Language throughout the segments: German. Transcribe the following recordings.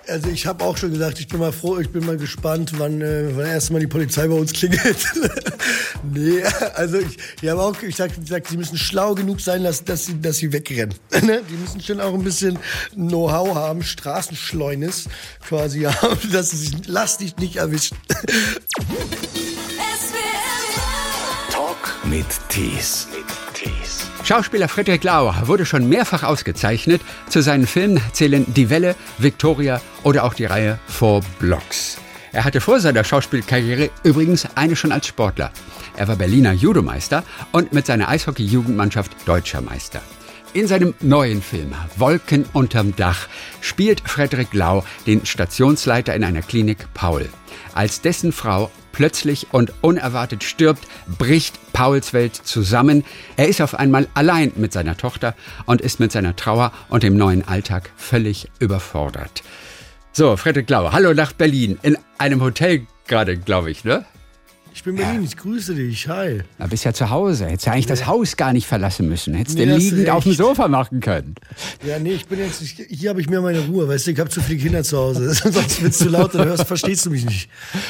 Also ich habe auch schon gesagt, ich bin mal gespannt, wann erstmal die Polizei bei uns klingelt. Nee, also ich habe auch gesagt, sie müssen schlau genug sein, dass sie wegrennen. Die müssen schon auch ein bisschen Know-how haben, Straßenschleunnis quasi haben, dass sie sich, lass dich nicht erwischen. Talk mit Tees. Schauspieler Fredrik Lau wurde schon mehrfach ausgezeichnet. Zu seinen Filmen zählen Die Welle, Victoria oder auch die Reihe Four Blocks. Er hatte vor seiner Schauspielkarriere übrigens eine schon als Sportler. Er war Berliner Judomeister und mit seiner Eishockey-Jugendmannschaft Deutscher Meister. In seinem neuen Film Wolken unterm Dach spielt Fredrik Lau den Stationsleiter in einer Klinik Paul. Als dessen Frau plötzlich und unerwartet stirbt, bricht Pauls Welt zusammen. Er ist auf einmal allein mit seiner Tochter und ist mit seiner Trauer und dem neuen Alltag völlig überfordert. So, Fredrik Lau, hallo nach Berlin. In einem Hotel gerade, glaube ich, ne? Ich bin Berlin, ich grüße dich, hi. Na, bist ja zu Hause. Hättest ja eigentlich das Haus gar nicht verlassen müssen. Hättest du Nee, hast liegend recht. auf dem Sofa machen können. Ja, nee, hier habe ich mir meine Ruhe, weißt du, ich habe zu viele Kinder zu Hause. Sonst wird es zu laut, dann verstehst du mich nicht.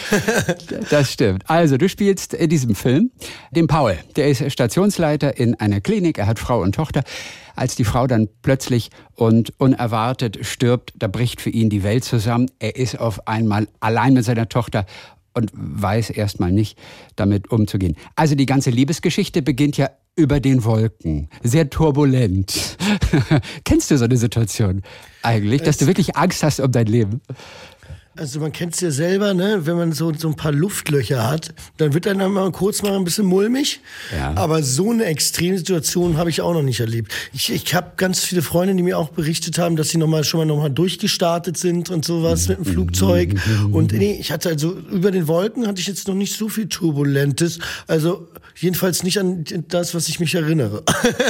Das stimmt. Also, du spielst in diesem Film den Paul. Der ist Stationsleiter in einer Klinik. Er hat Frau und Tochter. Als die Frau dann plötzlich und unerwartet stirbt, da bricht für ihn die Welt zusammen. Er ist auf einmal allein mit seiner Tochter und weiß erstmal nicht, damit umzugehen. Also die ganze Liebesgeschichte beginnt ja über den Wolken. Sehr turbulent. Kennst du so eine Situation eigentlich, dass du wirklich Angst hast um dein Leben? Also man kennt es ja selber, ne? Wenn man so ein paar Luftlöcher hat, dann wird dann mal kurz mal ein bisschen mulmig. Ja. Aber so eine Extremsituation habe ich auch noch nicht erlebt. Ich habe ganz viele Freunde, die mir auch berichtet haben, dass sie schon mal durchgestartet sind und sowas mit dem Flugzeug. Und nee, ich hatte also über den Wolken hatte ich jetzt noch nicht so viel Turbulentes. Also jedenfalls nicht an das, was ich mich erinnere.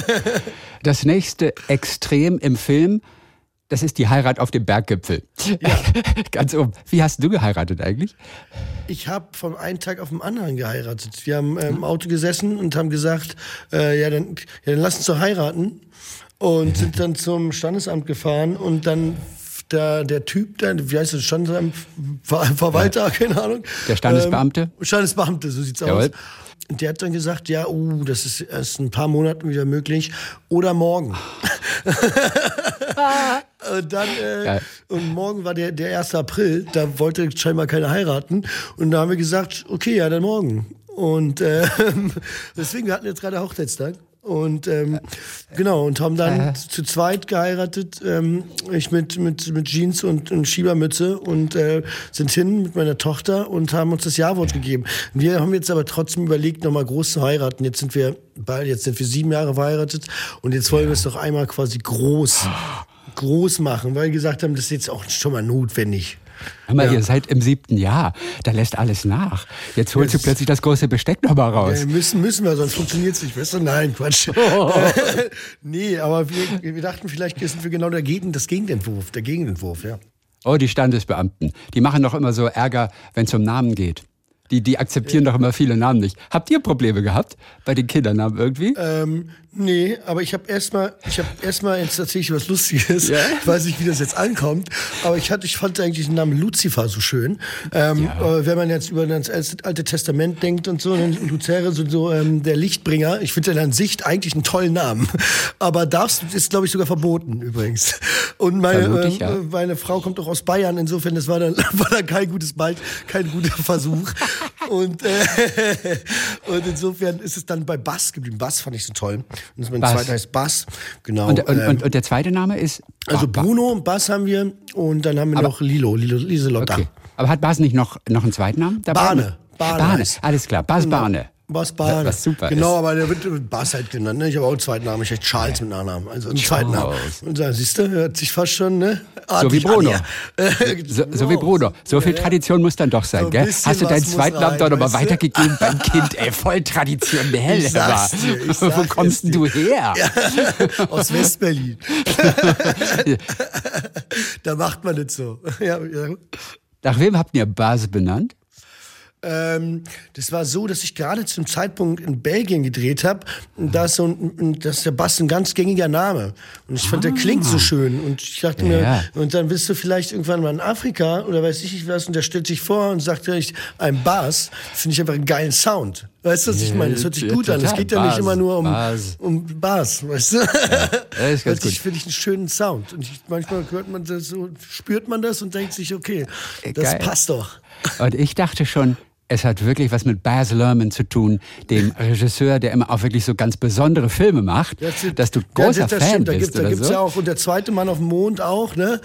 Das nächste Extrem im Film, das ist die Heirat auf dem Berggipfel. Ja. Ganz oben. Wie hast du geheiratet eigentlich? Ich habe von einem Tag auf den anderen geheiratet. Wir haben im Auto gesessen und haben gesagt, dann lass uns doch heiraten. Und sind dann zum Standesamt gefahren und dann der Typ, wie heißt das, Standesamt, Verwalter, keine Ahnung. Der Standesbeamte? Standesbeamte, so sieht's aus. Und der hat dann gesagt, ja, das ist erst in ein paar Monaten wieder möglich. Oder morgen. Und dann, und morgen war der 1. April, da wollte scheinbar keiner heiraten. Und da haben wir gesagt, okay, ja, dann morgen. Und deswegen, wir hatten jetzt gerade Hochzeitstag. Und genau, und haben dann zu zweit geheiratet, ich mit Jeans und Schiebermütze und sind hin mit meiner Tochter und haben uns das Ja-Wort gegeben. Wir haben jetzt aber trotzdem überlegt, nochmal groß zu heiraten. Jetzt sind wir 7 Jahre verheiratet und jetzt wollen wir es doch einmal quasi groß machen, weil wir gesagt haben, das ist jetzt auch schon mal notwendig. Hör mal, ihr seid im 7. Jahr, da lässt alles nach. Jetzt holst du plötzlich das große Besteck nochmal raus. Ja, müssen wir, sonst funktioniert's nicht, weißt du? Nein, Quatsch. Nee, aber wir dachten, vielleicht sind wir genau der Gegenentwurf, ja. Oh, die Standesbeamten, die machen doch immer so Ärger, wenn es um Namen geht. Die akzeptieren doch immer viele Namen nicht. Habt ihr Probleme gehabt bei den Kindernamen irgendwie? Nee, aber ich habe erstmal jetzt tatsächlich was Lustiges. Ja? Ich weiß nicht, wie das jetzt ankommt, aber ich fand eigentlich den Namen Luzifer so schön. Wenn man jetzt über das Alte Testament denkt und so, dann Luzere, der Lichtbringer. Ich finde den an sich eigentlich einen tollen Namen. Aber das ist, glaube ich, sogar verboten übrigens. Und meine Frau kommt auch aus Bayern, insofern das war dann kein guter Versuch. Und insofern ist es dann bei Bass geblieben. Bass fand ich so toll. Und mein zweiter heißt Bass. Genau. Und der zweite Name ist? Also Bruno und Bass haben wir und dann haben wir noch Lieselotta. Okay. Aber hat Bass nicht noch einen zweiten Namen dabei? Bahne. Alles klar, Bass Bahne. Bass Bahne. Was super genau, ist. aber der wird Bass halt genannt. Ne? Ich habe auch einen zweiten Namen. Ich heiße Charles mit Nachnamen. Also einen zweiten Namen. Und da siehst du, hört sich fast schon, ne? So wie Bruno. So wie Bruno. So viel Tradition muss dann doch sein, gell? Hast du deinen zweiten Namen doch nochmal weitergegeben beim Kind? Ey, voll traditionell. Wo kommst denn du her? Ja, aus Westberlin. Da macht man das so. Ja. Nach wem habt ihr Bas benannt? Das war so, dass ich gerade zum Zeitpunkt in Belgien gedreht habe. Das ist der Bass ein ganz gängiger Name. Und ich fand, der klingt so schön. Und ich dachte mir, und dann bist du vielleicht irgendwann mal in Afrika oder weiß ich nicht was, und der stellt sich vor und sagt, ein Bass, finde ich einfach einen geilen Sound. Weißt du, was ich meine? Das hört sich gut an. Es geht ja nicht immer nur um Bass, weißt du? Ja, das ist ganz gut. Finde ich einen schönen Sound. Und manchmal hört man das so, spürt man das und denkt sich, okay, das passt doch. Und ich dachte schon, es hat wirklich was mit Baz Luhrmann zu tun, dem Regisseur, der immer auch wirklich so ganz besondere Filme macht, dass du großer Fan bist. Da gibt's ja auch, und der zweite Mann auf dem Mond auch, ne?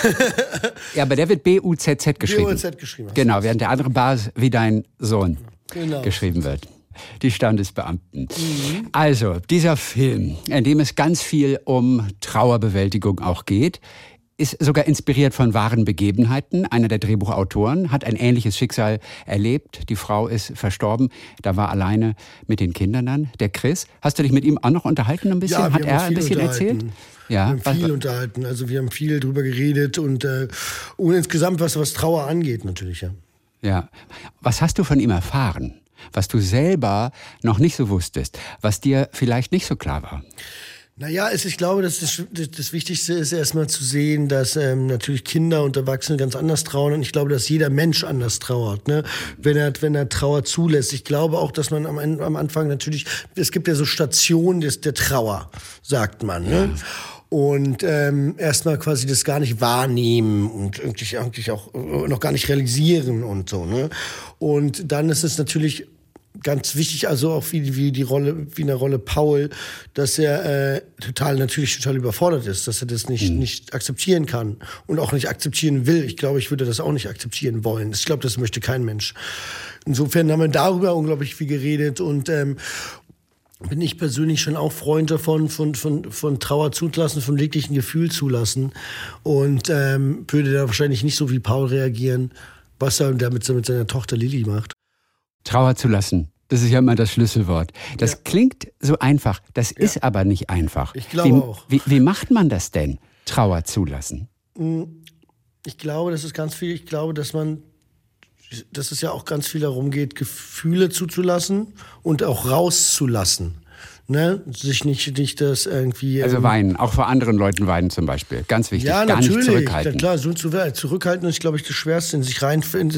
Ja, aber der wird B-U-Z-Z geschrieben. B-U-Z geschrieben. Genau, während der andere Baz wie dein Sohn geschrieben wird. Die Standesbeamten. Also, dieser Film, in dem es ganz viel um Trauerbewältigung auch geht, ist sogar inspiriert von wahren Begebenheiten. Einer der Drehbuchautoren hat ein ähnliches Schicksal erlebt. Die Frau ist verstorben. Da war alleine mit den Kindern dann. Der Chris, hast du dich mit ihm auch noch unterhalten ein bisschen? Ja, hat er ein bisschen erzählt? Ja, wir haben viel unterhalten. Also wir haben viel drüber geredet und insgesamt was Trauer angeht natürlich. Ja. Was hast du von ihm erfahren? Was du selber noch nicht so wusstest? Was dir vielleicht nicht so klar war? Naja, ich glaube, dass das Wichtigste ist erstmal zu sehen, dass natürlich Kinder und Erwachsene ganz anders trauern. Und ich glaube, dass jeder Mensch anders trauert, ne? Wenn er Trauer zulässt. Ich glaube auch, dass man am Anfang natürlich, es gibt ja so Stationen der Trauer, sagt man, ne? Und erstmal quasi das gar nicht wahrnehmen und eigentlich auch noch gar nicht realisieren und so, ne? Und dann ist es natürlich ganz wichtig, also auch wie in der Rolle Paul, dass er total überfordert ist, dass er das nicht akzeptieren kann und auch nicht akzeptieren will. Ich glaube, ich würde das auch nicht akzeptieren wollen. Ich glaube, das möchte kein Mensch. Insofern haben wir darüber unglaublich viel geredet und bin ich persönlich schon auch Freund davon, von Trauer zulassen, von jeglichen Gefühl zulassen und würde da wahrscheinlich nicht so wie Paul reagieren, was er mit seiner Tochter Lilly macht. Trauer zu lassen. Das ist ja immer das Schlüsselwort. Das klingt so einfach, das ist aber nicht einfach. Ich glaube auch. Wie macht man das denn, Trauer zulassen? Ich glaube, das ist ganz viel. Ich glaube, dass es ja auch ganz viel darum geht, Gefühle zuzulassen und auch rauszulassen. Ne? Sich nicht das irgendwie... Also weinen, auch vor anderen Leuten weinen zum Beispiel. Ganz wichtig, ja, gar natürlich. Nicht zurückhalten. Ja, klar, so zurückhalten ist, glaube ich, das Schwerste. In sich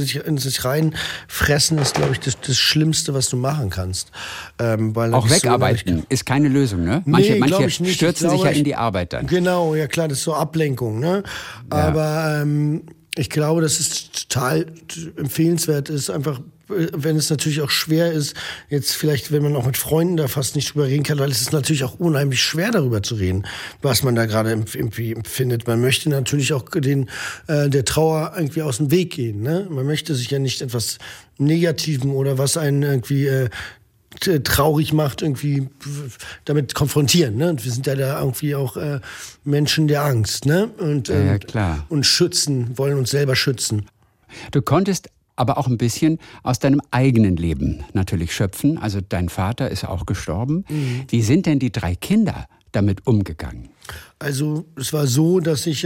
reinfressen ist, glaube ich, das Schlimmste, was du machen kannst. Weil auch wegarbeiten ist keine Lösung, ne? Manche stürzen sich ja in die Arbeit dann. Genau, ja klar, das ist so Ablenkung, ne? Ja. Aber ich glaube, dass es total empfehlenswert ist, einfach, wenn es natürlich auch schwer ist, jetzt vielleicht, wenn man auch mit Freunden da fast nicht drüber reden kann, weil es ist natürlich auch unheimlich schwer, darüber zu reden, was man da gerade irgendwie empfindet. Man möchte natürlich auch der Trauer irgendwie aus dem Weg gehen, ne? Man möchte sich ja nicht etwas Negativem oder was einen irgendwie traurig macht, irgendwie damit konfrontieren, ne? Und wir sind ja da irgendwie auch Menschen der Angst, ne? Und klar. Und wollen uns selber schützen. Du konntest aber auch ein bisschen aus deinem eigenen Leben natürlich schöpfen. Also dein Vater ist auch gestorben. Wie sind denn die 3 Kinder damit umgegangen? Also es war so, dass ich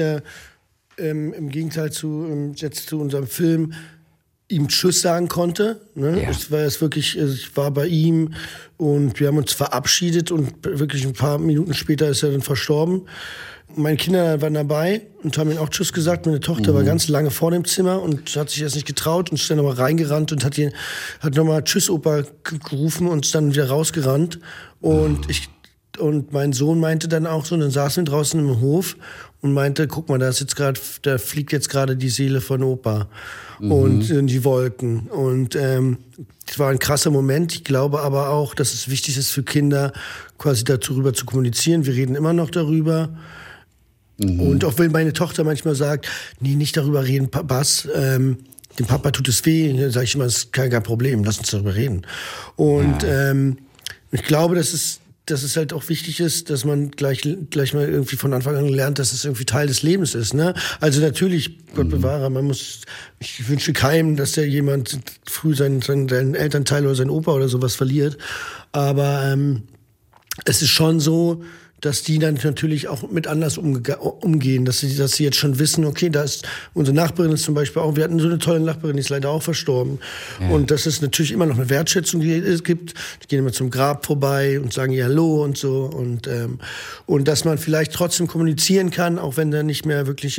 im Gegenteil zu unserem Film ihm Tschüss sagen konnte. Ne? Ja. Ich war bei ihm und wir haben uns verabschiedet und wirklich ein paar Minuten später ist er dann verstorben. Meine Kinder waren dabei und haben ihm auch Tschüss gesagt. Meine Tochter war ganz lange vor dem Zimmer und hat sich erst nicht getraut und ist dann nochmal reingerannt und hat nochmal Tschüss Opa gerufen und ist dann wieder rausgerannt. Und mein Sohn meinte dann auch so, und dann saßen wir draußen im Hof und meinte, guck mal, da fliegt jetzt gerade die Seele von Opa und in die Wolken. Und das war ein krasser Moment. Ich glaube aber auch, dass es wichtig ist für Kinder, quasi darüber zu kommunizieren. Wir reden immer noch darüber. Und auch wenn meine Tochter manchmal sagt, nee, nicht darüber reden, Bass, dem Papa tut es weh, dann sage ich immer, das ist kein Problem, lass uns darüber reden. Und ich glaube, dass es halt auch wichtig ist, dass man gleich mal irgendwie von Anfang an lernt, dass es irgendwie Teil des Lebens ist, ne? Also natürlich, Gott bewahre, ich wünsche keinem, dass jemand früh seinen Elternteil oder seinen Opa oder sowas verliert. Aber es ist schon so, dass die dann natürlich auch mit anders umgehen, dass sie jetzt schon wissen, okay, da ist unsere Nachbarin ist zum Beispiel auch, wir hatten so eine tolle Nachbarin, die ist leider auch verstorben. Ja. Und dass es natürlich immer noch eine Wertschätzung die es gibt. Die gehen immer zum Grab vorbei und sagen ihr Hallo und so. Und dass man vielleicht trotzdem kommunizieren kann, auch wenn da nicht mehr wirklich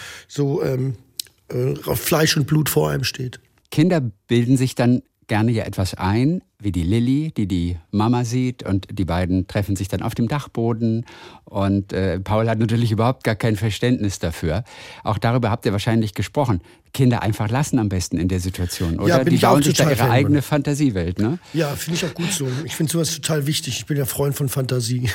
auf Fleisch und Blut vor einem steht. Kinder bilden sich dann gerne ja etwas ein, wie die Lilly, die Mama sieht, und die beiden treffen sich dann auf dem Dachboden und Paul hat natürlich überhaupt gar kein Verständnis dafür. Auch darüber habt ihr wahrscheinlich gesprochen. Kinder einfach lassen am besten in der Situation, oder? Ja, die bauen sich da ihre eigene Fantasiewelt, ne? Ja, finde ich auch gut so. Ich finde sowas total wichtig. Ich bin ja Freund von Fantasie.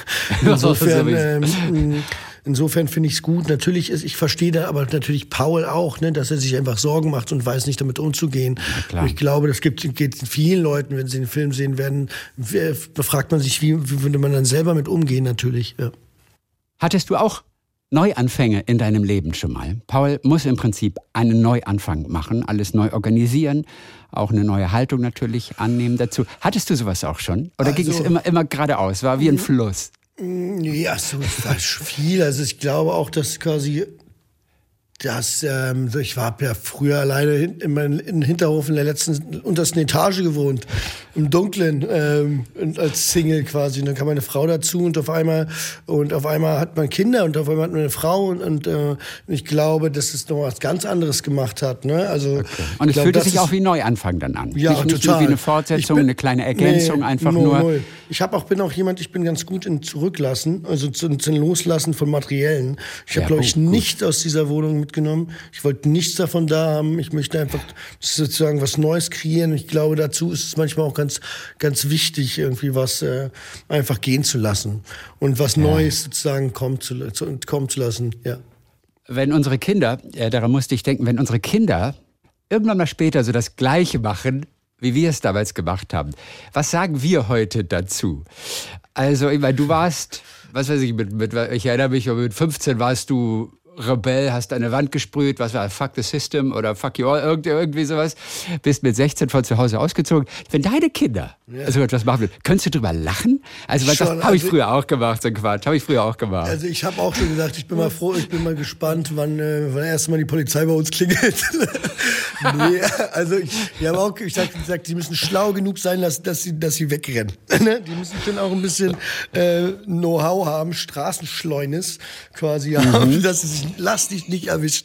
Insofern finde ich es gut. Natürlich ich verstehe da aber natürlich Paul auch, ne, dass er sich einfach Sorgen macht und weiß nicht, damit umzugehen. Und ich glaube, das geht vielen Leuten, wenn sie den Film sehen werden, da fragt man sich, wie würde man dann selber mit umgehen, natürlich. Ja. Hattest du auch Neuanfänge in deinem Leben schon mal? Paul muss im Prinzip einen Neuanfang machen, alles neu organisieren, auch eine neue Haltung natürlich annehmen dazu. Hattest du sowas auch schon? Oder ging es immer geradeaus, war wie ein Fluss? Ja, so ist viel. Also ich glaube auch, dass quasi ich habe ja früher alleine in Hinterhof in der untersten Etage gewohnt, im Dunklen, als Single quasi. Und dann kam meine Frau dazu und auf einmal hat man Kinder und auf einmal hat man eine Frau und ich glaube, dass es noch was ganz anderes gemacht hat. Ne? Also, okay. Und es fühlte sich auch wie Neuanfang dann an. Ja, nicht total. Wie eine Fortsetzung, eine kleine Ergänzung, einfach nur. Ich bin auch jemand, ich bin ganz gut in Zurücklassen, also zum Loslassen von Materiellen. Ich habe, glaube ich, nichts aus dieser Wohnung mitgenommen. Ich wollte nichts davon da haben. Ich möchte einfach sozusagen was Neues kreieren. Ich glaube, dazu ist es manchmal auch ganz, ganz wichtig, irgendwie was einfach gehen zu lassen und was Neues sozusagen kommen zu lassen. Ja. Wenn unsere Kinder, daran musste ich denken, wenn unsere Kinder irgendwann mal später so das Gleiche machen, wie wir es damals gemacht haben, was sagen wir heute dazu? Also, ich meine, du warst, was weiß ich, ich erinnere mich, mit 15 warst du Rebell, hast eine Wand gesprüht, was war Fuck the System oder Fuck you all, irgendwie sowas. Bist mit 16 von zu Hause ausgezogen. Wenn deine Kinder so etwas machen würden, könntest du drüber lachen? Also, das habe ich früher auch gemacht, so ein Quatsch. Habe ich früher auch gemacht. Also, ich habe auch schon gesagt, ich bin mal froh, ich bin mal gespannt, wann erst mal die Polizei bei uns klingelt. Nee, also, ich habe auch gesagt, die müssen schlau genug sein, dass sie wegrennen. Die müssen schon auch ein bisschen Know-how haben, Straßenschleunnis quasi haben, dass sie sich lass dich nicht erwischen.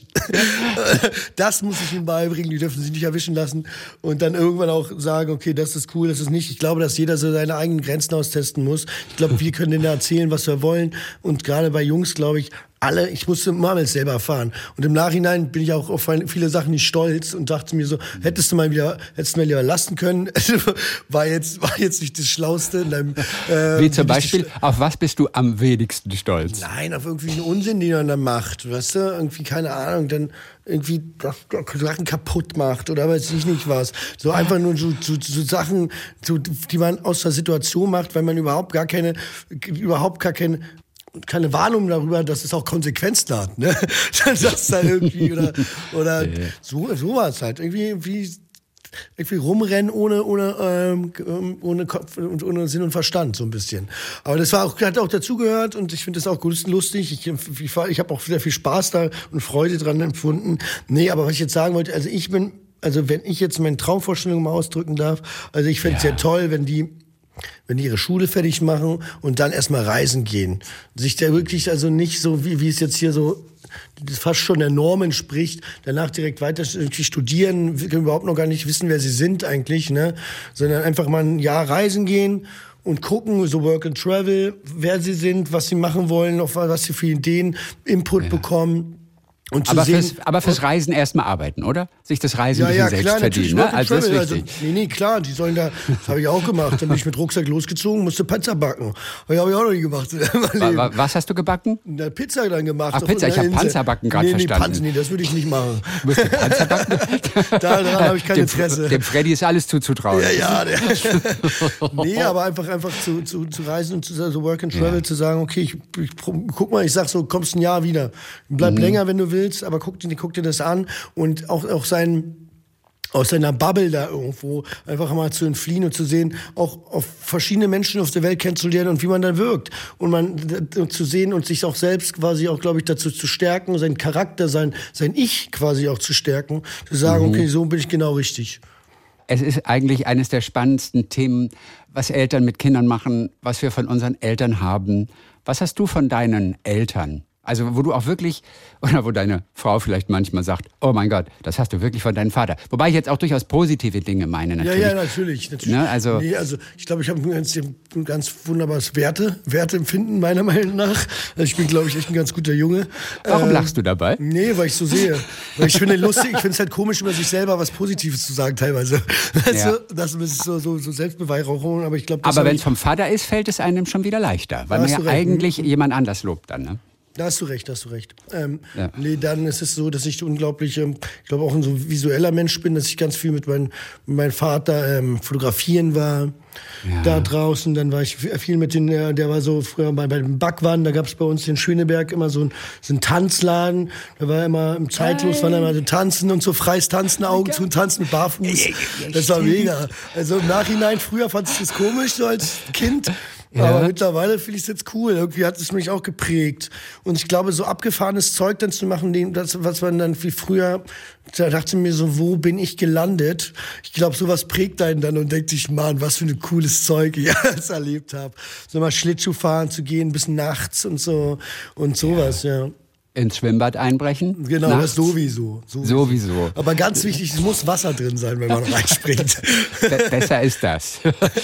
Das muss ich ihnen beibringen, die dürfen sich nicht erwischen lassen und dann irgendwann auch sagen, okay, das ist cool, das ist nicht. Ich glaube, dass jeder so seine eigenen Grenzen austesten muss. Ich glaube, wir können denen erzählen, was wir wollen und gerade bei Jungs, glaube ich, ich musste mal selber erfahren. Und im Nachhinein bin ich auch auf viele Sachen nicht stolz und dachte mir so, hättest du mir lieber lassen können. War jetzt nicht das Schlauste. Wie zum Beispiel, auf was bist du am wenigsten stolz? Auf irgendwie einen Unsinn, den man dann macht. Weißt du, irgendwie, keine Ahnung, dann irgendwie Sachen kaputt macht oder weiß ich nicht was. So einfach nur so Sachen, die man aus der Situation macht, weil man überhaupt gar keine Warnung darüber, dass es auch Konsequenzen hat, ne? Das halt irgendwie oder sowas halt irgendwie rumrennen ohne Kopf und ohne Sinn und Verstand so ein bisschen. Aber das hat auch dazugehört und ich finde das auch lustig. Ich habe auch sehr viel Spaß da und Freude dran empfunden. Nee, aber was ich jetzt sagen wollte, wenn ich jetzt meine Traumvorstellung mal ausdrücken darf, also ich fände es sehr toll, wenn die ihre Schule fertig machen und dann erstmal reisen gehen. Sich da wirklich, also nicht so, wie es jetzt hier so fast schon der Norm entspricht, danach direkt weiter studieren, wir können überhaupt noch gar nicht wissen, wer sie sind eigentlich, ne? Sondern einfach mal ein Jahr reisen gehen und gucken, so Work and Travel, wer sie sind, was sie machen wollen, auf was sie für Ideen, Input bekommen. Und aber fürs Reisen erstmal arbeiten, oder? Sich das Reisen selbst klar, verdienen. Ne? Also das ist wichtig. Nee, klar, die sollen das habe ich auch gemacht. Dann bin ich mit Rucksack losgezogen, musste Pizza backen. Habe ich auch noch nie gemacht. Was hast du gebacken? Eine Pizza dann gemacht. Ach, Pizza, ich habe Panzerbacken gerade verstanden. Nee, das würde ich nicht machen. Du musst Panzer backen? Daran habe ich kein Interesse. Dem Freddy ist alles zuzutrauen. Ja. Nee, aber einfach zu reisen und so Work and Travel zu sagen, okay, guck mal, ich sag so, kommst ein Jahr wieder. Bleib länger, wenn du willst, aber guck dir das an und auch aus seiner Bubble da irgendwo einfach mal zu entfliehen und zu sehen, auch auf verschiedene Menschen auf der Welt kennenzulernen und wie man da wirkt. Und man zu sehen und sich auch selbst quasi auch, glaube ich, dazu zu stärken, seinen Charakter, sein Ich quasi auch zu stärken, zu sagen, okay, so bin ich genau richtig. Es ist eigentlich eines der spannendsten Themen, was Eltern mit Kindern machen, was wir von unseren Eltern haben. Was hast du von deinen Eltern? Also wo du auch wirklich, oder wo deine Frau vielleicht manchmal sagt, oh mein Gott, das hast du wirklich von deinem Vater. Wobei ich jetzt auch durchaus positive Dinge meine natürlich. Ja, natürlich. Ne? Also ich glaube, ich habe ein ganz wunderbares Werteempfinden meiner Meinung nach. Also ich bin, glaube ich, echt ein ganz guter Junge. Warum lachst du dabei? Nee, weil ich so sehe. Weil ich finde lustig, ich finde es halt komisch, über sich selber was Positives zu sagen teilweise. Also, das ist so Selbstbeweihräucherung, aber ich glaube... Aber wenn es vom Vater ist, fällt es einem schon wieder leichter, weil man ja eigentlich jemand anders lobt dann, ne? Da hast du recht. Nee, dann ist es so, dass ich unglaublich, ich glaube auch ein so visueller Mensch bin, dass ich ganz viel mit meinem Vater fotografieren war. Ja. Da draußen, dann war ich viel mit den, der war so früher bei dem Backwaren, da gab es bei uns in Schöneberg immer so einen Tanzladen, da war immer im Zeitlos, waren immer so tanzen und so freies Tanzen, Augen zu und tanzen mit Barfuß. Das war mega. Also im Nachhinein, früher fand ich das komisch, so als Kind. Ja. Aber mittlerweile finde ich es jetzt cool. Irgendwie hat es mich auch geprägt. Und ich glaube, so abgefahrenes Zeug dann zu machen, was man dann wie früher, da dachte ich mir so, wo bin ich gelandet? Ich glaube, sowas prägt einen dann und denkt sich, Mann, was für ein cooles Zeug ich alles erlebt habe. So mal Schlittschuh fahren zu gehen bis nachts und so und sowas, ja. Ins Schwimmbad einbrechen? Genau, nachts. Das sowieso. Aber ganz wichtig, es muss Wasser drin sein, wenn man reinspringt. Besser ist das.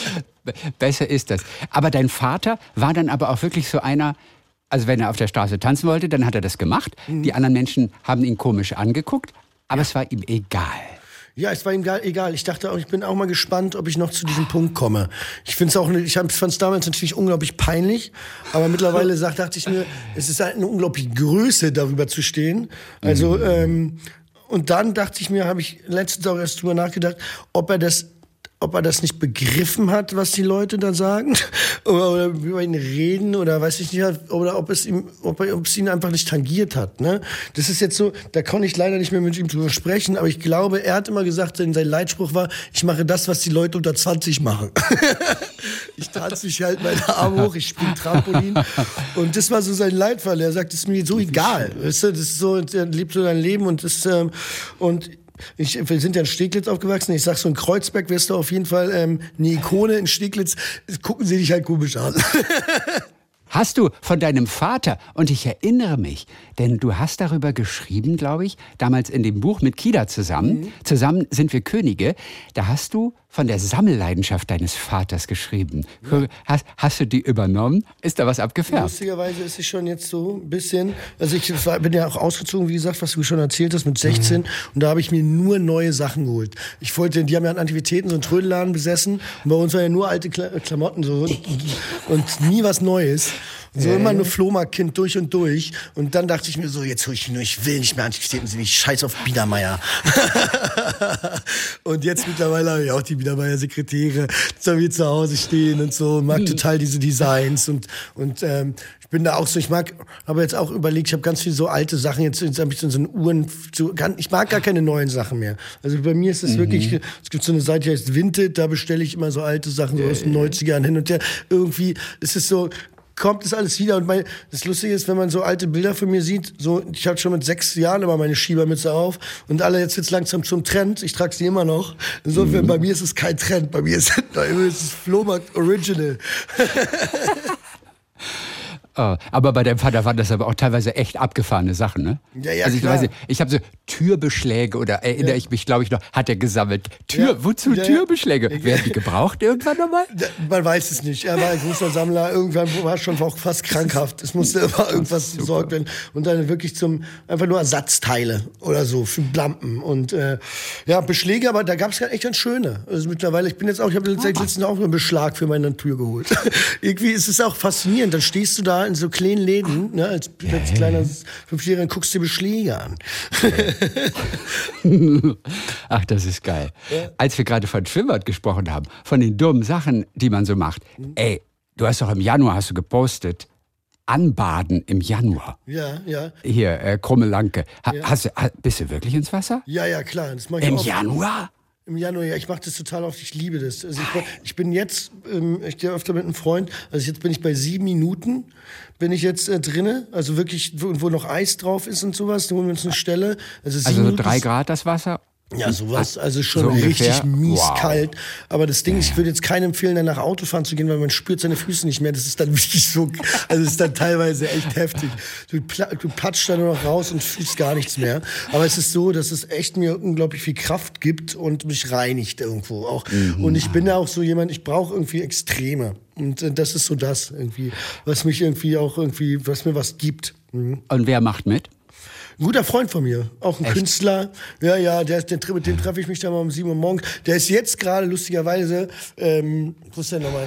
Besser ist das. Aber dein Vater war dann aber auch wirklich so einer, also wenn er auf der Straße tanzen wollte, dann hat er das gemacht. Die anderen Menschen haben ihn komisch angeguckt, aber es war ihm egal. Ja, es war ihm egal. Ich dachte auch, ich bin auch mal gespannt, ob ich noch zu diesem Punkt komme. Ich fand es damals natürlich unglaublich peinlich, aber mittlerweile dachte ich mir, es ist halt eine unglaubliche Größe, darüber zu stehen. Also, und dann dachte ich mir, habe ich letztens auch erst drüber nachgedacht, ob er das nicht begriffen hat, was die Leute da sagen oder über ihn reden oder weiß ich nicht, oder ob es ihn einfach nicht tangiert hat. Ne? Das ist jetzt so, da kann ich leider nicht mehr mit ihm drüber sprechen, aber ich glaube, er hat immer gesagt, sein Leitspruch war, ich mache das, was die Leute unter 20 machen. Ich tanze mich halt meine Arme hoch, ich springe Trampolin und das war so sein Leitfall. Er sagt, es ist mir so egal. Weißt du, das ist so, er lebt so sein Leben und wir sind ja in Steglitz aufgewachsen. Ich sag so, in Kreuzberg wirst du auf jeden Fall eine Ikone. In Steglitz gucken sie dich halt komisch an. Hast du von deinem Vater, und ich erinnere mich, denn du hast darüber geschrieben, glaube ich, damals in dem Buch mit Kida zusammen, Zusammen sind wir Könige, da hast du von der Sammelleidenschaft deines Vaters geschrieben. Ja. Hast du die übernommen? Ist da was abgefärbt? Lustigerweise ist es schon jetzt so ein bisschen, also ich bin ja auch ausgezogen, wie gesagt, was du schon erzählt hast, mit 16 und da habe ich mir nur neue Sachen geholt. Die haben ja an Antiquitäten so einen Trödelladen besessen und bei uns waren ja nur alte Klamotten so und nie was Neues. So immer nur Flohmarktkind durch und durch. Und dann dachte ich mir so, jetzt hol ich nur, ich will nicht mehr Antiquitäten sehen, ich scheiß auf Biedermeier. Und jetzt mittlerweile habe ich auch die Biedermeier-Sekretäre so wie zu Hause stehen und so, mag total diese Designs und ich bin da auch so, habe jetzt auch überlegt, ich habe ganz viele so alte Sachen, jetzt habe ich so eine Uhren, ich mag gar keine neuen Sachen mehr. Also bei mir ist es wirklich, es gibt so eine Seite, die heißt Vinted, da bestelle ich immer so alte Sachen so aus den 90ern hin und her. Irgendwie ist es so, kommt das alles wieder und das Lustige ist, wenn man so alte Bilder von mir sieht, so, ich hatte schon mit 6 Jahren immer meine Schiebermütze auf und alle jetzt langsam zum Trend, ich trage sie immer noch. Insofern, bei mir ist es kein Trend, bei mir ist es Flohmarkt Original. Oh, aber bei deinem Vater waren das aber auch teilweise echt abgefahrene Sachen, ne? Ja, also klar. Ich habe so Türbeschläge oder erinnere ich mich, glaube ich noch, hat er gesammelt. Wozu Türbeschläge? Werden die gebraucht irgendwann nochmal? Man weiß es nicht. Er war ein großer Sammler. Irgendwann war es schon auch fast krankhaft. Es musste immer irgendwas besorgt werden. Und dann wirklich einfach nur Ersatzteile oder so für Lampen. Und Beschläge, aber da gab es echt ganz schöne. Also mittlerweile, ich habe letztens auch einen Beschlag für meine Tür geholt. Irgendwie ist es auch faszinierend. Dann stehst du da in so kleinen Läden, ne, als kleiner 5-Jähriger, guckst dir Beschläge an. Ach, das ist geil. Ja. Als wir gerade von Schwimmbad gesprochen haben, von den dummen Sachen, die man so macht. Ey, du hast doch im Januar gepostet, anbaden im Januar. Ja. Hier, Krummelanke. Bist du wirklich ins Wasser? Ja, klar. Das mach ich Im oft. Januar? Im Januar, ja, ich mache das total oft, ich liebe das. Also ich bin jetzt, ich gehe öfter mit einem Freund, also jetzt bin ich bei 7 Minuten, bin ich jetzt drinne, also wirklich, wo noch Eis drauf ist und sowas, da holen wir uns eine Stelle. Also so 3 Grad das Wasser? Ja, sowas, also schon so richtig mies wow. kalt. Aber das Ding ist, ich würde jetzt keinem empfehlen, danach Autofahren zu gehen, weil man spürt seine Füße nicht mehr. Das ist dann wirklich so, also das ist dann teilweise echt heftig. Du platschst dann nur noch raus und fühlst gar nichts mehr. Aber es ist so, dass es echt mir unglaublich viel Kraft gibt und mich reinigt irgendwo auch. Und ich bin da auch so jemand, ich brauche irgendwie Extreme. Und das ist so das irgendwie, was mich irgendwie auch irgendwie, was mir was gibt. Und wer macht mit? Ein guter Freund von mir, auch ein Künstler. Ja, mit dem treffe ich mich dann mal um 7 Uhr morgens. Der ist jetzt gerade lustigerweise, wo ist der nochmal?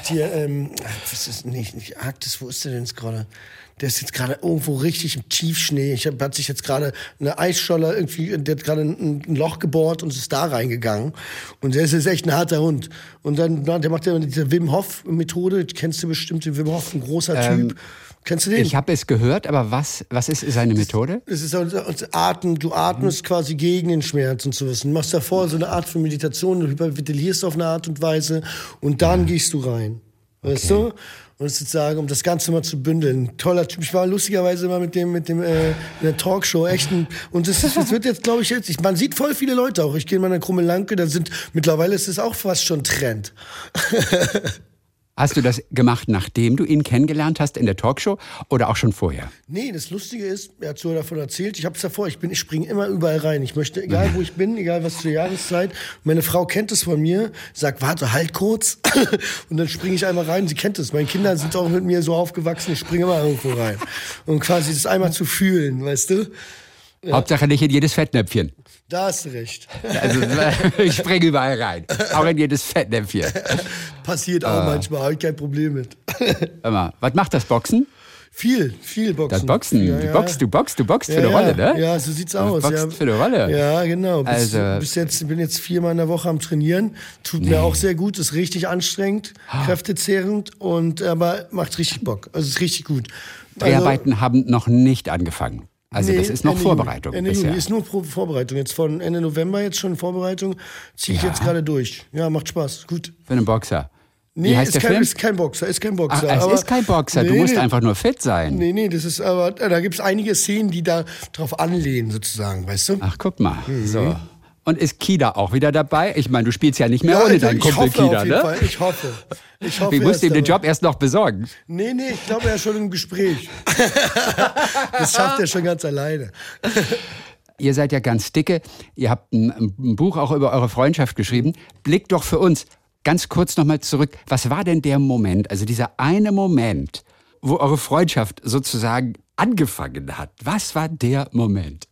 Was ist nicht Arktis, wo ist der denn jetzt gerade? Der ist jetzt gerade irgendwo richtig im Tiefschnee. Hat sich jetzt gerade eine Eisscholle irgendwie, der hat gerade ein Loch gebohrt und ist da reingegangen. Und der ist jetzt echt ein harter Hund. Und dann, der macht ja diese Wim Hof Methode. Kennst du bestimmt den Wim Hof, ein großer Typ. Kennst du den? Ich habe es gehört, aber was ist seine Methode? Es ist Atmen. Du atmest quasi gegen den Schmerz und sowas. Du machst davor so eine Art von Meditation, du hyperventilierst auf eine Art und Weise und dann gehst du rein. Weißt du? Und sozusagen, um das Ganze mal zu bündeln. Toller Typ. Ich war lustigerweise immer mit dem in der Talkshow echt und das wird jetzt, glaube ich, man sieht voll viele Leute auch. Ich gehe mal in der Krummelanke, mittlerweile ist es auch fast schon Trend. Hast du das gemacht, nachdem du ihn kennengelernt hast in der Talkshow oder auch schon vorher? Nee, das Lustige ist, er hat so davon erzählt, ich habe es davor, ich springe immer überall rein. Ich möchte, egal wo ich bin, egal was für Jahreszeit, meine Frau kennt es von mir, sagt, warte, halt kurz und dann springe ich einmal rein, sie kennt es. Meine Kinder sind auch mit mir so aufgewachsen, ich springe immer irgendwo rein. Und quasi das einmal zu fühlen, weißt du? Ja. Hauptsache nicht in jedes Fettnäpfchen. Da hast du recht. Also ich springe überall rein, auch in jedes Fettnäpfchen. Passiert auch manchmal, habe ich kein Problem mit. Was macht das Boxen? Viel Boxen. Das Boxen, ja. Du boxst für eine Rolle, ne? Ja, so sieht's aus. Du boxst für eine Rolle. Ja, genau. Also, bin jetzt 4-mal in der Woche am Trainieren. Tut mir auch sehr gut, ist richtig anstrengend, kräftezehrend, aber macht richtig Bock. Also ist richtig gut. Dreharbeiten haben noch nicht angefangen. Also das ist noch Ende Vorbereitung Ende bisher. Juni ist nur Vorbereitung. Jetzt von Ende November jetzt schon Vorbereitung. Ziehe ich jetzt gerade durch. Ja, macht Spaß. Gut. Für einen Boxer. Nee, wie heißt der Film? Ist kein Boxer. Ach, es ist kein Boxer. Du musst einfach nur fit sein. Nee, das ist aber, da gibt es einige Szenen, die da drauf anlehnen sozusagen, weißt du? Ach, guck mal. So. Und ist Kida auch wieder dabei? Ich meine, du spielst ja nicht mehr ohne deinen Kumpel Kida, ne? Fall. Ich hoffe. Ich musste ihm den Job erst noch besorgen. Nee, ich glaube, er ist schon im Gespräch. Das schafft er schon ganz alleine. Ihr seid ja ganz dicke. Ihr habt ein Buch auch über eure Freundschaft geschrieben. Blickt doch für uns ganz kurz nochmal zurück. Was war denn der Moment, also dieser eine Moment, wo eure Freundschaft sozusagen angefangen hat? Was war der Moment?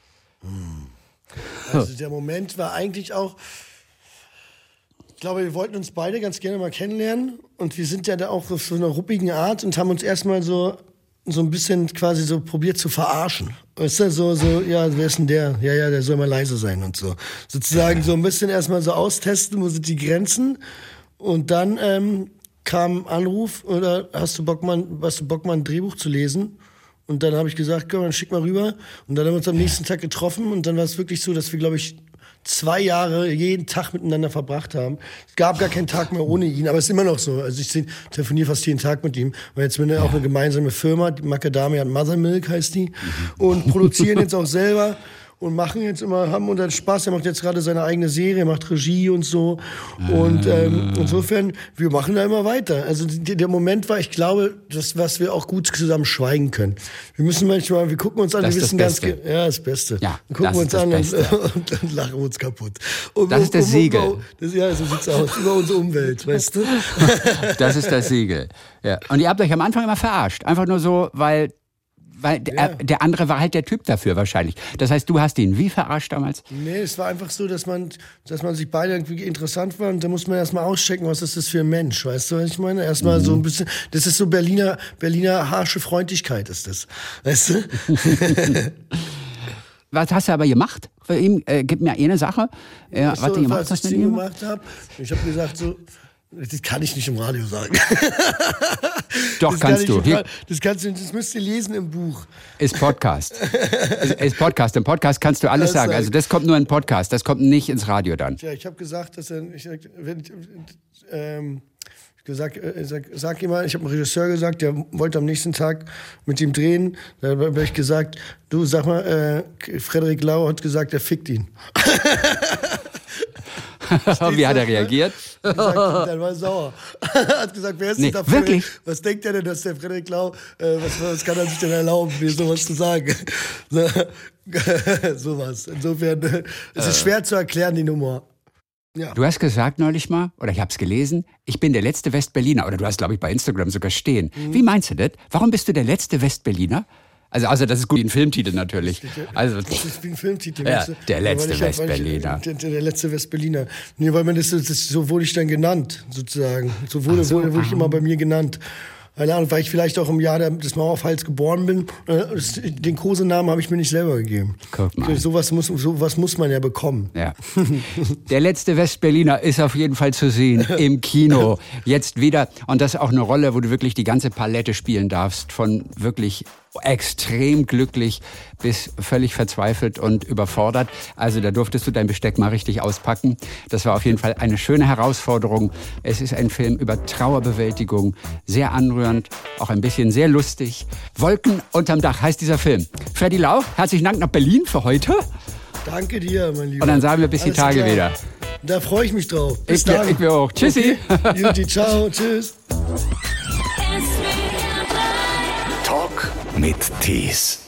Also der Moment war eigentlich auch, ich glaube, wir wollten uns beide ganz gerne mal kennenlernen und wir sind ja da auch auf so einer ruppigen Art und haben uns erstmal so ein bisschen quasi so probiert zu verarschen. Weißt du, ja, wer ist denn der? Ja, der soll mal leise sein und so. Sozusagen so ein bisschen erstmal so austesten, wo sind die Grenzen und dann kam ein Anruf oder hast du Bock mal ein Drehbuch zu lesen? Und dann habe ich gesagt, komm, dann schick mal rüber. Und dann haben wir uns am nächsten Tag getroffen. Und dann war es wirklich so, dass wir, glaube ich, 2 Jahre jeden Tag miteinander verbracht haben. Es gab gar keinen Tag mehr ohne ihn. Aber es ist immer noch so. Also ich telefoniere fast jeden Tag mit ihm. Weil jetzt auch eine gemeinsame Firma, die Macadamia Mothermilk heißt die. Und produzieren jetzt auch selber. Und machen jetzt immer, haben unseren Spaß. Er macht jetzt gerade seine eigene Serie, macht Regie und so. Und insofern, wir machen da immer weiter. Also der Moment war, ich glaube, was wir auch gut zusammen schweigen können. Wir müssen manchmal, wir gucken uns an, wir wissen ganz genau, ja, das Beste. Ja, wir gucken uns an und lachen uns kaputt. Das ist das Siegel. Ja, so sieht's aus. Über unsere Umwelt, weißt du? Das ist das Siegel. Ja. Und ihr habt euch am Anfang immer verarscht. Einfach nur so, weil der andere war halt der Typ dafür wahrscheinlich. Das heißt, du hast ihn wie verarscht damals? Nee, es war einfach so, dass man sich beide irgendwie interessant war und da muss man erstmal auschecken, was ist das für ein Mensch, weißt du, was ich meine? Erstmal so ein bisschen, das ist so Berliner harsche Freundlichkeit ist das, weißt du? Was hast du aber gemacht für ihn? Gib mir eine Sache. Was du gemacht hast mit ihm? Ich habe gesagt so, Das kann ich nicht im Radio sagen. Doch, kannst du. Das müsst ihr lesen im Buch. Ist Podcast. ist Podcast. Im Podcast kannst du alles sagen. Also das kommt nur in Podcast, das kommt nicht ins Radio dann. Ja, ich habe gesagt, dass sag ihm mal, ich habe einem Regisseur gesagt, der wollte am nächsten Tag mit ihm drehen. Da habe ich gesagt, du sag mal, Frederik Lau hat gesagt, er fickt ihn. Wie hat er reagiert? Dann war er sauer. Hat gesagt, wer ist denn dafür? Wirklich? Was denkt er denn, dass der Frederik Lau, was kann er sich denn erlauben, mir sowas zu sagen? Sowas. Insofern, es ist schwer zu erklären, die Nummer. Ja. Du hast gesagt neulich mal, oder ich habe es gelesen, ich bin der letzte Westberliner. Oder du hast, glaube ich, bei Instagram sogar stehen. Wie meinst du das? Warum bist du der letzte Westberliner? Also das ist gut wie ein Filmtitel natürlich. Also, das ist wie ein Filmtitel. Ja, der letzte Westberliner. Der letzte Westberliner. Nee, weil man so wurde ich dann genannt, sozusagen. So wurde ich immer bei mir genannt. Keine Ahnung, weil ich vielleicht auch im Jahr des Mauerfalls geboren bin. Den Kosenamen habe ich mir nicht selber gegeben. Guck mal. Sowas muss man ja bekommen. Ja. Der letzte Westberliner ist auf jeden Fall zu sehen im Kino. Jetzt wieder. Und das ist auch eine Rolle, wo du wirklich die ganze Palette spielen darfst. Von wirklich extrem glücklich bis völlig verzweifelt und überfordert. Also da durftest du dein Besteck mal richtig auspacken. Das war auf jeden Fall eine schöne Herausforderung. Es ist ein Film über Trauerbewältigung, sehr anrührend, auch ein bisschen sehr lustig. Wolken unterm Dach heißt dieser Film. Freddy Lau, herzlichen Dank nach Berlin für heute. Danke dir, mein Lieber. Und dann sagen wir bis die Tage klar. Wieder. Da freue ich mich drauf. Bis dann. Ich mir auch. Tschüssi. Okay. Juti, ciao, tschüss. Talk mit Tees.